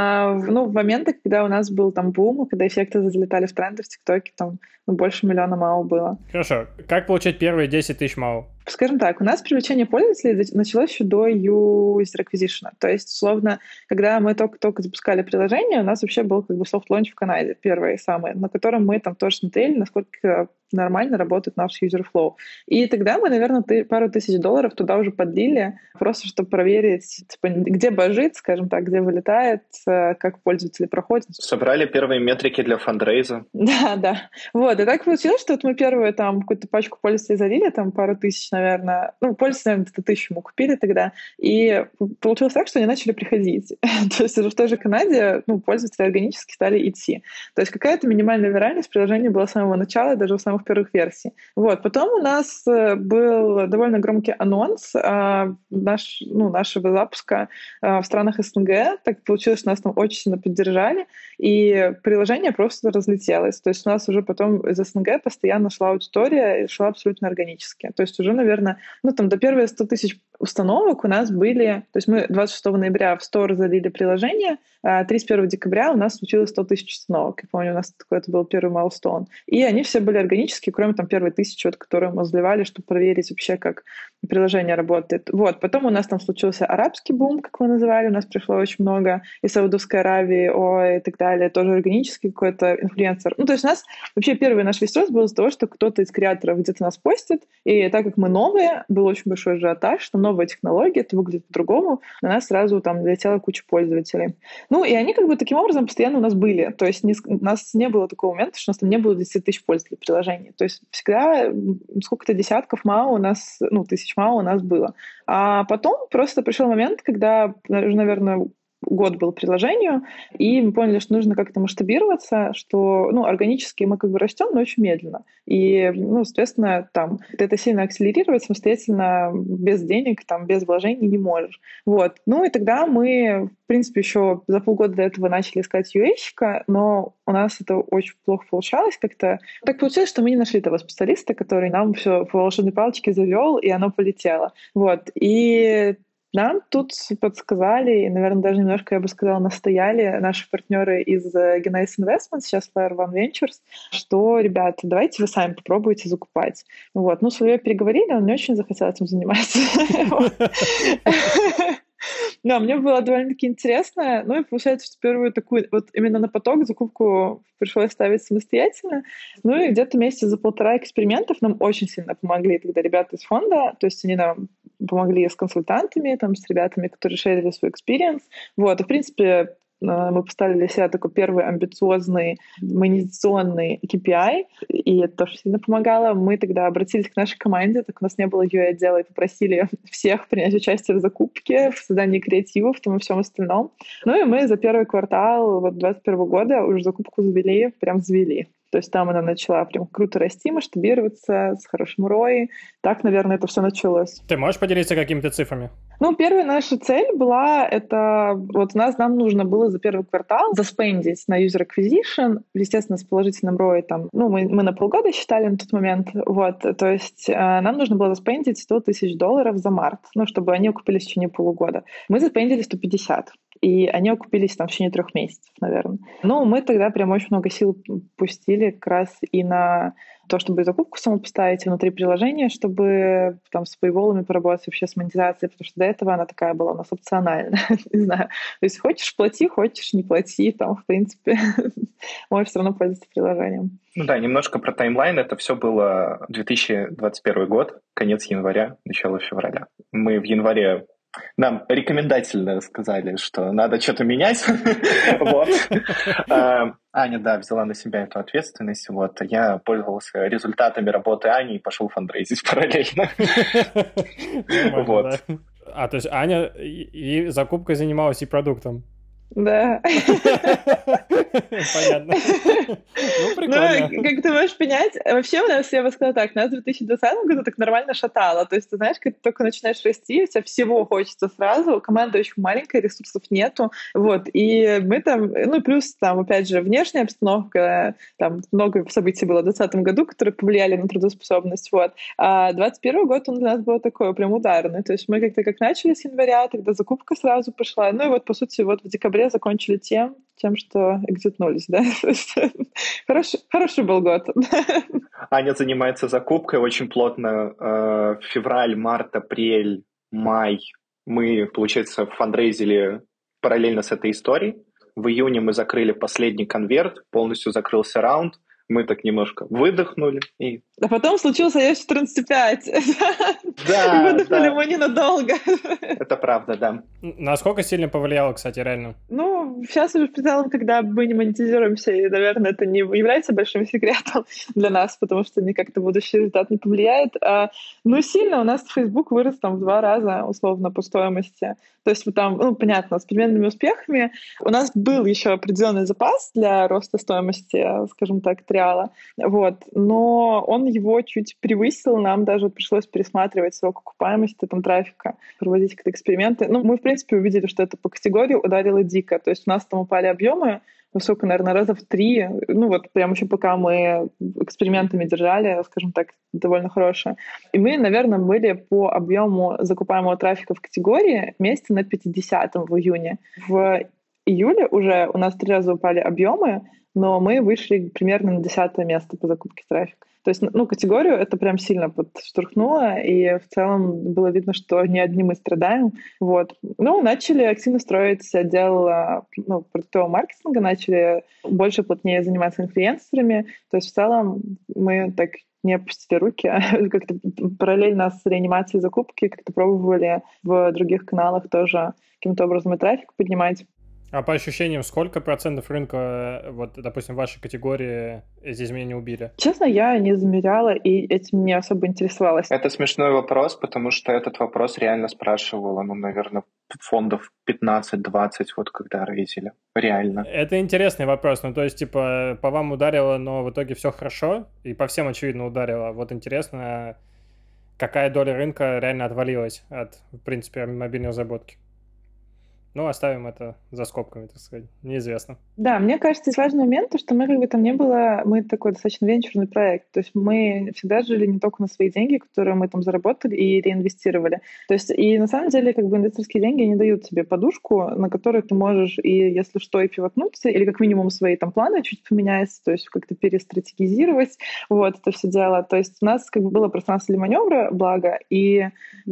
В моменты, когда у нас был там бум, когда эффекты залетали в тренды в ТикТоке, там больше 1 миллиона MAU было. Хорошо. Как получить первые 10 тысяч MAU? Скажем так, у нас привлечение пользователей началось еще до user acquisition. То есть, условно, когда мы только запускали приложение, у нас вообще был как бы soft-launch в Канаде, первый самый, на котором мы там тоже смотрели, насколько нормально работает наш user flow. И тогда мы, наверное, пару тысяч долларов туда уже подлили, просто чтобы проверить, типа, где божит, скажем так, где вылетает, как пользователи проходят. Собрали первые метрики для фандрейза. Да. Вот, и так получилось, что вот мы первую там какую-то пачку пользователей залили, там пару тысяч, наверное, пользователей, наверное, 1000 мы купили тогда, и получилось так, что они начали приходить. То есть уже в той же Канаде, пользователи органически стали идти. То есть какая-то минимальная виральность приложения была с самого начала, даже в самых первых версий. Вот, потом у нас был довольно громкий анонс нашего запуска в странах СНГ. Так получилось, что нас там очень сильно поддержали, и приложение просто разлетелось. То есть у нас уже потом из СНГ постоянно шла аудитория и шла абсолютно органически. То есть уже, наверное, до первых 100 тысяч установок у нас были... То есть мы 26 ноября в Store залили приложение, а 31 декабря у нас случилось 100 тысяч установок. Я помню, у нас это был первый майлстоун. И они все были органические, кроме там первой 1000, которые мы заливали, чтобы проверить вообще, как приложение работает. Вот. Потом у нас там случился арабский бум, как мы называли. У нас пришло очень много из Саудовской Аравии, и так далее. Тоже органический какой-то инфлюенсер. То есть у нас вообще первый наш весь рост был из-за того, что кто-то из креаторов где-то нас постит. И так как мы новые, был очень большой ажиотаж, что новая технология, это выглядит по-другому. На нас сразу там долетела куча пользователей. И они как бы таким образом постоянно у нас были. То есть у нас не было такого момента, что у нас там не было 10 тысяч пользователей приложений. То есть всегда сколько-то десятков МАУ у нас, тысяч МАУ у нас было. А потом просто пришел момент, когда, наверное, год был приложению, и мы поняли, что нужно как-то масштабироваться, что, органически мы как бы растем, но очень медленно. И, соответственно, там ты это сильно акселерировать самостоятельно без денег, без вложений не можешь. Вот. И тогда мы, в принципе, еще за полгода до этого начали искать UX-щика, но у нас это очень плохо получалось как-то. Так получилось, что мы не нашли того специалиста, который нам все по волшебной палочке завел, и оно полетело. Вот. И нам тут подсказали, и, наверное, даже немножко, я бы сказала, настояли наши партнеры из Genesis Investments, сейчас Layer One Ventures, что, ребята, давайте вы сами попробуйте закупать. Вот. С Ильей переговорили, он не очень захотел этим заниматься. Да, мне было довольно-таки интересно. И получается, что первую такую, вот именно на поток закупку пришлось ставить самостоятельно. И где-то месяца за полтора экспериментов нам очень сильно помогли тогда ребята из фонда. То есть они нам помогли с консультантами, с ребятами, которые шерили свой экспириенс. Вот, и, в принципе, мы поставили для себя такой первый амбициозный монетизационный KPI, и это тоже сильно помогало. Мы тогда обратились к нашей команде, так у нас не было UI-отдела, и попросили всех принять участие в закупке, в создании креативов и всем остальном. И мы за первый квартал 2021 года уже закупку завели. То есть там она начала прям круто расти, масштабироваться, с хорошим ROI. Так, наверное, это все началось. Ты можешь поделиться какими-то цифрами? Первая наша цель была, нам нужно было за первый квартал заспендить на user acquisition, естественно, с положительным ROI, мы на полгода считали на тот момент, то есть нам нужно было заспендить $100 тысяч за март, чтобы они окупились в течение полугода. Мы заспендили 150, и они окупились в течение 3 месяцев, наверное. Мы тогда прям очень много сил пустили как раз и на то, чтобы закупку саму поставить внутри приложения, чтобы с пейволами поработать, вообще с монетизацией, потому что до этого она такая была у нас опциональная. Не знаю. То есть хочешь — плати, хочешь — не плати. В принципе, можешь все равно пользоваться приложением. Немножко про таймлайн. Это все было 2021 год, конец января, начало февраля. Мы в январе нам рекомендательно сказали, что надо что-то менять. Аня, взяла на себя эту ответственность. Я пользовался результатами работы Ани и пошел фандрейзить параллельно. То есть Аня и закупкой занималась, и продуктом? Да. Понятно. Прикольно. Как ты можешь понять, вообще у нас, я бы сказала так, нас в 2020 году так нормально шатало. То есть, ты знаешь, когда ты только начинаешь расти, у тебя всего хочется сразу, команда очень маленькая, ресурсов нету. И мы плюс опять же, внешняя обстановка, много событий было в 2020 году, которые повлияли на трудоспособность. А 2021 год, он для нас был такой прям ударный. То есть мы как начали с января, тогда закупка сразу пошла. По сути, в декабре декабре закончили тем, что экзитнулись, да. Хороший был год. Аня занимается закупкой очень плотно. Февраль, март, апрель, май. Мы, получается, фандрейзили параллельно с этой историей. В июне мы закрыли последний конверт, полностью закрылся раунд. Мы так немножко выдохнули. А потом случился iOS 14.5. Да, и выдохнули мы ненадолго. Это правда, да. Насколько сильно повлияло, кстати, реально? Сейчас уже в целом, когда мы не монетизируемся, и, наверное, это не является большим секретом для нас, потому что никак это будущий результат не повлияет. Сильно у нас Facebook вырос там в 2 раза, условно, по стоимости. То есть там, понятно, с переменными успехами у нас был еще определенный запас для роста стоимости, скажем так, триала. Но он его чуть превысил, нам даже пришлось пересматривать срок окупаемости там, трафика, проводить какие-то эксперименты. Мы, в принципе, увидели, что это по категории ударило дико. То есть у нас там упали объемы, высоко, наверное, раза в 3. Прям еще пока мы экспериментами держали, скажем так, довольно хорошие. И мы, наверное, были по объему закупаемого трафика в категории месте на 50-м в июне. В июле уже у нас 3 раза упали объемы, но мы вышли примерно на 10-е место по закупке трафика. То есть, категорию это прям сильно подштурхнуло, и в целом было видно, что не одни мы страдаем. Начали активно строить отдел продуктового маркетинга, начали больше плотнее заниматься инфлюенсерами. То есть, в целом, мы так не опустили руки, а как-то параллельно с реанимацией закупки как-то пробовали в других каналах тоже каким-то образом и трафик поднимать. А по ощущениям, сколько процентов рынка, допустим, в вашей категории эти изменения убили? Честно, я не замеряла и этим не особо интересовалась. Это смешной вопрос, потому что этот вопрос реально спрашивала, наверное, фондов 15-20, когда рейзили. Реально. Это интересный вопрос. То есть, по вам ударило, но в итоге все хорошо, и по всем, очевидно, ударило. Интересно, какая доля рынка реально отвалилась от, в принципе, мобильной разработки. Оставим это за скобками, так сказать. Неизвестно. Да, мне кажется, есть важный момент, что мы там не было, мы такой достаточно венчурный проект. То есть мы всегда жили не только на свои деньги, которые мы там заработали и реинвестировали. То есть и на самом деле инвесторские деньги не дают тебе подушку, на которую ты можешь и, если что, и пивотнуться, или как минимум свои там планы чуть поменять, то есть как-то перестратегизировать это все дело. То есть у нас было пространство для маневра, благо, и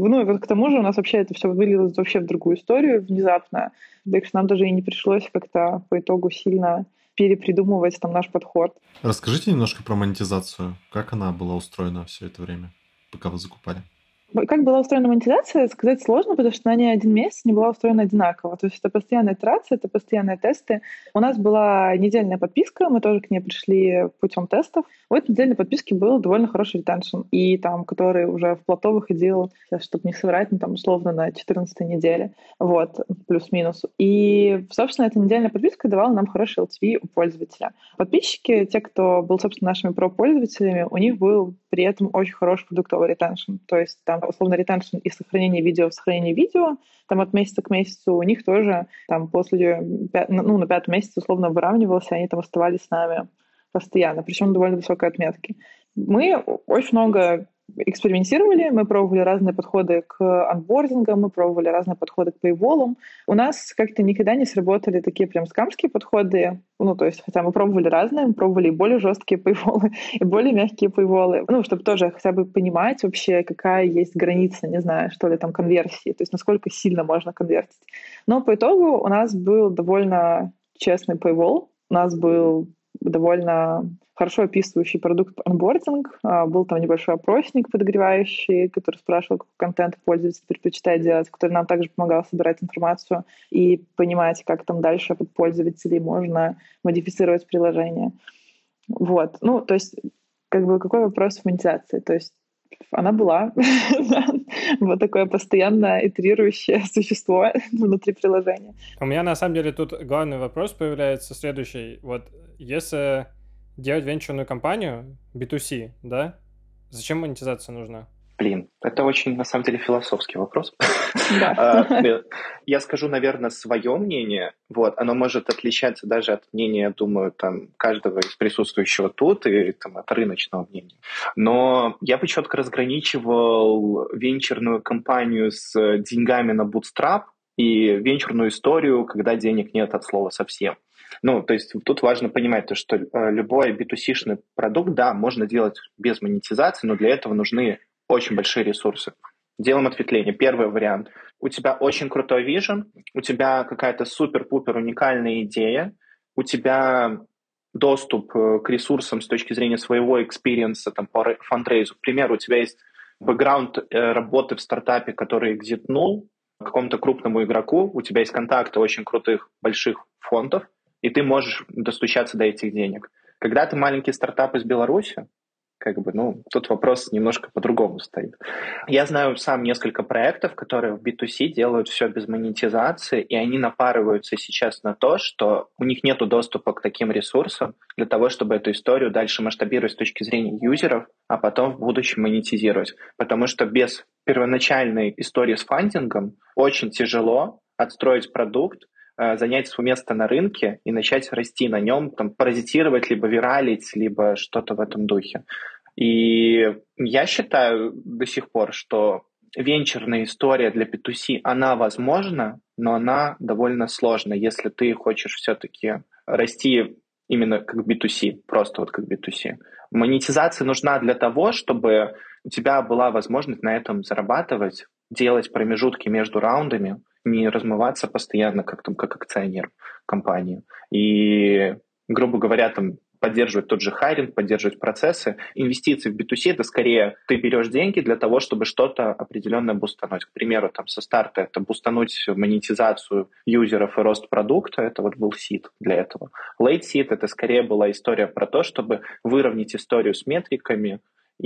к тому же у нас вообще это все вылилось вообще в другую историю внезапно. Так что нам даже и не пришлось как-то по итогу сильно перепридумывать наш подход. Расскажите немножко про монетизацию. Как она была устроена все это время, пока вы закупали? Как была устроена монетизация, сказать сложно, потому что она не один месяц не была устроена одинаково. То есть это постоянная итерация, это постоянные тесты. У нас была недельная подписка, мы тоже к ней пришли путем тестов. У этой недельной подписки был довольно хороший ретеншн, и который уже в плато выходил, чтобы не соврать, условно на 14-й неделе, плюс-минус. И, собственно, эта недельная подписка давала нам хороший LTV у пользователя. Подписчики, те, кто был, собственно, нашими про-пользователями, у них был при этом очень хороший продуктовый ретеншн. То есть там, условно, ретеншн и сохранение видео в сохранении видео, там от месяца к месяцу у них тоже после на 5-м месяце условно выравнивался, они оставались с нами постоянно, причем довольно высокой отметки. Мы очень много экспериментировали, мы пробовали разные подходы к анбордингам, мы пробовали разные подходы к пейволам. У нас как-то никогда не сработали такие прям скамские подходы, то есть хотя мы пробовали разные, мы пробовали и более жесткие пейволы, и более мягкие пейволы, чтобы тоже хотя бы понимать вообще, какая есть граница, не знаю, что ли там конверсии, то есть насколько сильно можно конвертить. Но по итогу у нас был довольно честный пейвол, у нас был довольно хорошо описывающий продукт онбординг. Был там небольшой опросник подогревающий, который спрашивал, какой контент пользователь предпочитает делать, который нам также помогал собирать информацию и понимать, как там дальше под пользователей можно модифицировать приложение. То есть, какой вопрос в монетизации? То есть она была такое постоянно итерирующее существо внутри приложения. У меня, на самом деле, тут главный вопрос появляется следующий. Если делать венчурную компанию B2C, да, зачем монетизация нужна? Это очень, на самом деле, философский вопрос. Я скажу, наверное, свое мнение. Оно может отличаться даже от мнения, я думаю, каждого из присутствующего тут и от рыночного мнения. Но я бы четко разграничивал венчурную компанию с деньгами на bootstrap и венчурную историю, когда денег нет от слова совсем. Ну, то есть тут важно понимать, то, что любой B2C-шный продукт, да, можно делать без монетизации, но для этого нужны очень большие ресурсы. Делаем ответвление. Первый вариант. У тебя очень крутой вижен, у тебя какая-то супер-пупер уникальная идея, у тебя доступ к ресурсам с точки зрения своего экспириенса там, по фандрейзу. К примеру, у тебя есть бэкграунд работы в стартапе, который экзитнул какому-то крупному игроку, у тебя есть контакты очень крутых больших фондов, и ты можешь достучаться до этих денег. Когда ты маленький стартап из Беларуси, тут вопрос немножко по-другому стоит. Я знаю сам несколько проектов, которые в B2C делают все без монетизации, и они напарываются сейчас на то, что у них нет доступа к таким ресурсам для того, чтобы эту историю дальше масштабировать с точки зрения юзеров, а потом в будущем монетизировать. Потому что без первоначальной истории с фандингом очень тяжело отстроить продукт, занять свое место на рынке и начать расти на нем, там, паразитировать, либо виралить, либо что-то в этом духе. И я считаю до сих пор, что венчурная история для B2C, она возможна, но она довольно сложная, если ты хочешь все-таки расти именно как B2C, просто вот как B2C. Монетизация нужна для того, чтобы у тебя была возможность на этом зарабатывать, делать промежутки между раундами, не размываться постоянно как акционер компании. И, грубо говоря, там поддерживать тот же хайринг, поддерживать процессы. Инвестиции в B2C — это скорее ты берешь деньги для того, чтобы что-то определенное бустануть. К примеру, там со старта это бустануть монетизацию юзеров и рост продукта. Это вот был сид для этого. Late seed — это скорее была история про то, чтобы выровнять историю с метриками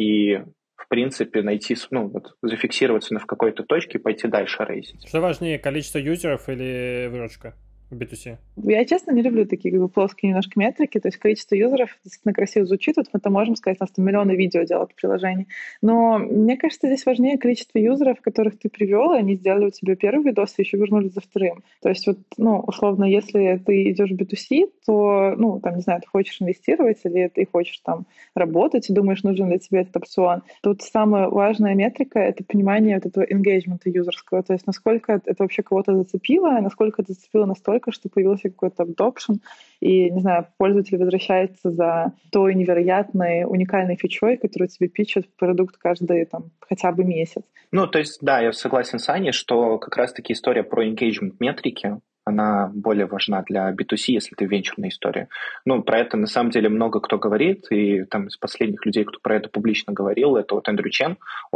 и в принципе, найти, зафиксироваться в какой-то точке и пойти дальше рейсить. Что важнее, количество юзеров или выручка в B2C? Я, честно, не люблю такие плоские немножко метрики, то есть количество юзеров действительно красиво звучит, вот мы-то можем сказать, у нас там миллионы видео делают в приложении, но мне кажется, здесь важнее количество юзеров, которых ты привел, и они сделали у тебя первый видос и еще вернулись за вторым. То есть условно, если ты идешь в B2C, то, не знаю, ты хочешь инвестировать или ты хочешь там работать и думаешь, нужен для тебя этот опцион. Тут самая важная метрика — это понимание вот этого engagement юзерского, то есть насколько это вообще кого-то зацепило, насколько это зацепило настолько, что появился какой-то adoption, и, не знаю, пользователь возвращается за той невероятной, уникальной фичой, которую тебе питчат продукт каждый хотя бы месяц. То есть, да, я согласен с Аней, что как раз-таки история про engagement метрики, она более важна для B2C, если это венчурная история. Про это на самом деле много кто говорит, и там из последних людей, кто про это публично говорил, это вот Эндрю Чен,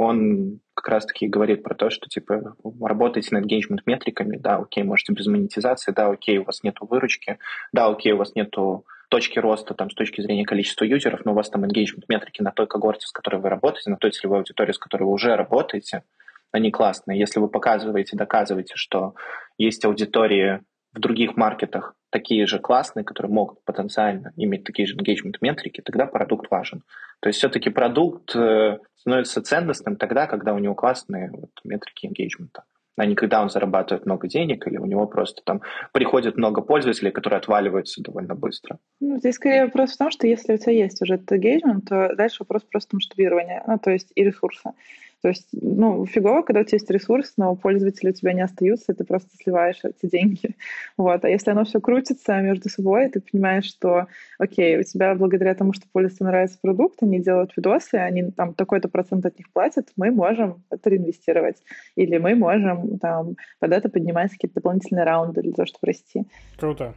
он как раз-таки говорит про то, что, работайте над engagement-метриками, да, окей, можете без монетизации, да, окей, у вас нету выручки, да, окей, у вас нету точки роста с точки зрения количества юзеров, но у вас там engagement-метрики на той когорте, с которой вы работаете, на той целевой аудитории, с которой вы уже работаете, они классные. Если вы показываете, доказываете, что есть аудитории в других маркетах такие же классные, которые могут потенциально иметь такие же engagement-метрики, тогда продукт важен. То есть все-таки продукт становится ценностным тогда, когда у него классные метрики engagement, а не когда он зарабатывает много денег или у него просто приходит много пользователей, которые отваливаются довольно быстро. Здесь скорее вопрос в том, что если у тебя есть уже этот engagement, то дальше вопрос просто масштабирования, то есть и ресурса. То есть, фигово, когда у тебя есть ресурс, но пользователи у тебя не остаются, и ты просто сливаешь эти деньги. А если оно все крутится между собой, ты понимаешь, что, окей, у тебя благодаря тому, что пользователям нравится продукт, они делают видосы, они такой-то процент от них платят, мы можем это реинвестировать. Или мы можем под это поднимать какие-то дополнительные раунды для того, чтобы расти. Круто.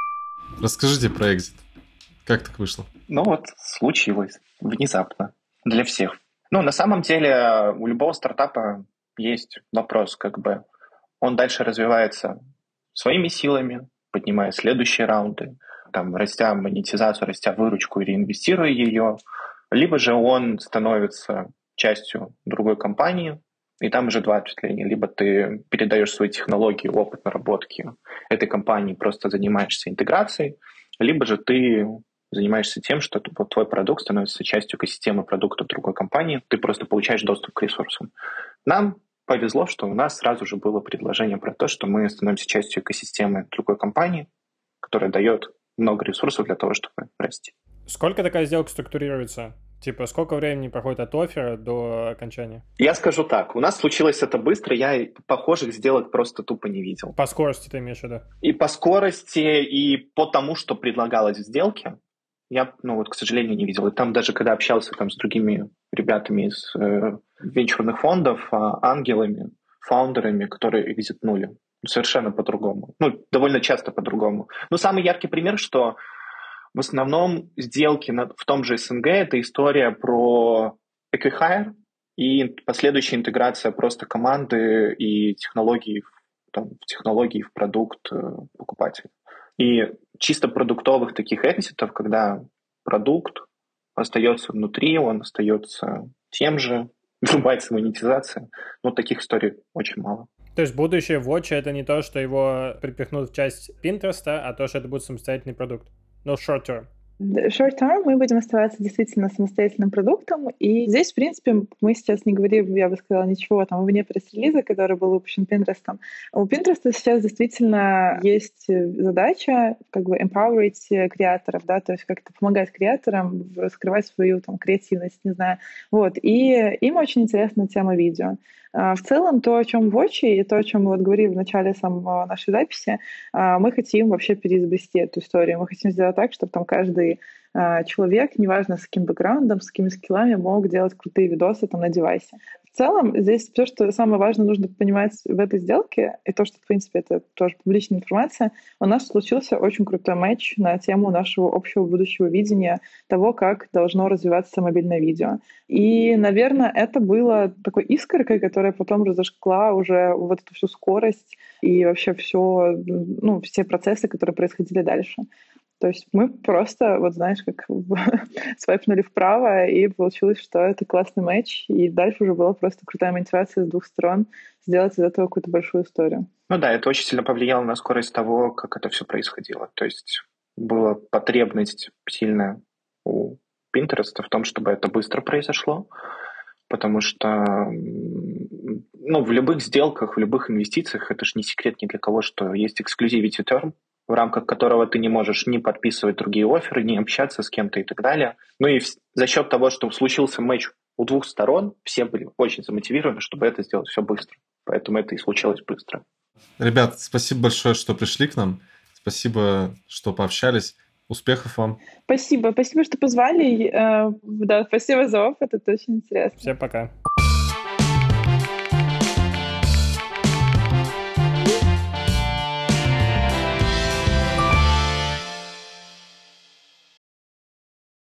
Расскажите про экзит. Как так вышло? Случилось внезапно для всех. На самом деле у любого стартапа есть вопрос, он дальше развивается своими силами, поднимая следующие раунды, растя монетизацию, растя выручку и реинвестируя ее, либо же он становится частью другой компании, и там уже два ответвления. Либо ты передаешь свои технологии, опыт наработки этой компании, просто занимаешься интеграцией, либо же ты занимаешься тем, что твой продукт становится частью экосистемы продукта другой компании, ты просто получаешь доступ к ресурсам. Нам повезло, что у нас сразу же было предложение про то, что мы становимся частью экосистемы другой компании, которая дает много ресурсов для того, чтобы расти. Сколько такая сделка структурируется? Типа, сколько времени проходит от оффера до окончания? Я скажу так, у нас случилось это быстро, я похожих сделок просто тупо не видел. По скорости ты имеешь в виду? И по скорости, и по тому, что предлагалось в сделке, я, к сожалению, не видел. И там даже, когда общался с другими ребятами из венчурных фондов, ангелами, фаундерами, которые экзитнули, совершенно по-другому. Довольно часто по-другому. Самый яркий пример, что в основном сделки в том же СНГ – это история про эквихайр и последующая интеграция просто команды и технологий, в продукт покупателя. И чисто продуктовых таких экзитов, когда продукт остается внутри, он остается тем же, врубается монетизация, таких историй очень мало. То есть будущее Watch — это не то, что его припихнут в часть Pinterest, а то, что это будет самостоятельный продукт. Short term. Short term мы будем оставаться действительно самостоятельным продуктом, и здесь, в принципе, мы сейчас не говорим, я бы сказала, ничего вне пресс-релиза, который был выпущен Pinterest. У Pinterest сейчас действительно есть задача empowerить креаторов, да, то есть как-то помогать креаторам раскрывать свою креативность, не знаю. И им очень интересна тема видео. В целом, то, о чем Watch, и то, о чем мы говорили в начале нашей записи, мы хотим вообще переизобрести эту историю. Мы хотим сделать так, чтобы каждый человек, неважно с каким бэкграундом, с какими скиллами, мог делать крутые видосы на девайсе. В целом, здесь все, что самое важное нужно понимать в этой сделке, и то, что, в принципе, это тоже публичная информация, у нас случился очень крутой матч на тему нашего общего будущего видения того, как должно развиваться мобильное видео. И, наверное, это было такой искоркой, которая потом разожгла уже эту всю скорость и вообще все процессы, которые происходили дальше. То есть мы просто, свайпнули вправо, и получилось, что это классный матч, и дальше уже была просто крутая мотивация с двух сторон сделать из этого какую-то большую историю. Это очень сильно повлияло на скорость того, как это все происходило. То есть была потребность сильная у Pinterest в том, чтобы это быстро произошло, потому что в любых сделках, в любых инвестициях, это же не секрет ни для кого, что есть exclusivity term, в рамках которого ты не можешь ни подписывать другие офферы, ни общаться с кем-то и так далее. И за счет того, что случился матч у двух сторон, все были очень замотивированы, чтобы это сделать все быстро. Поэтому это и случилось быстро. Ребят, спасибо большое, что пришли к нам. Спасибо, что пообщались. Успехов вам. Спасибо, что позвали. Да, спасибо за опыт, это очень интересно. Всем пока.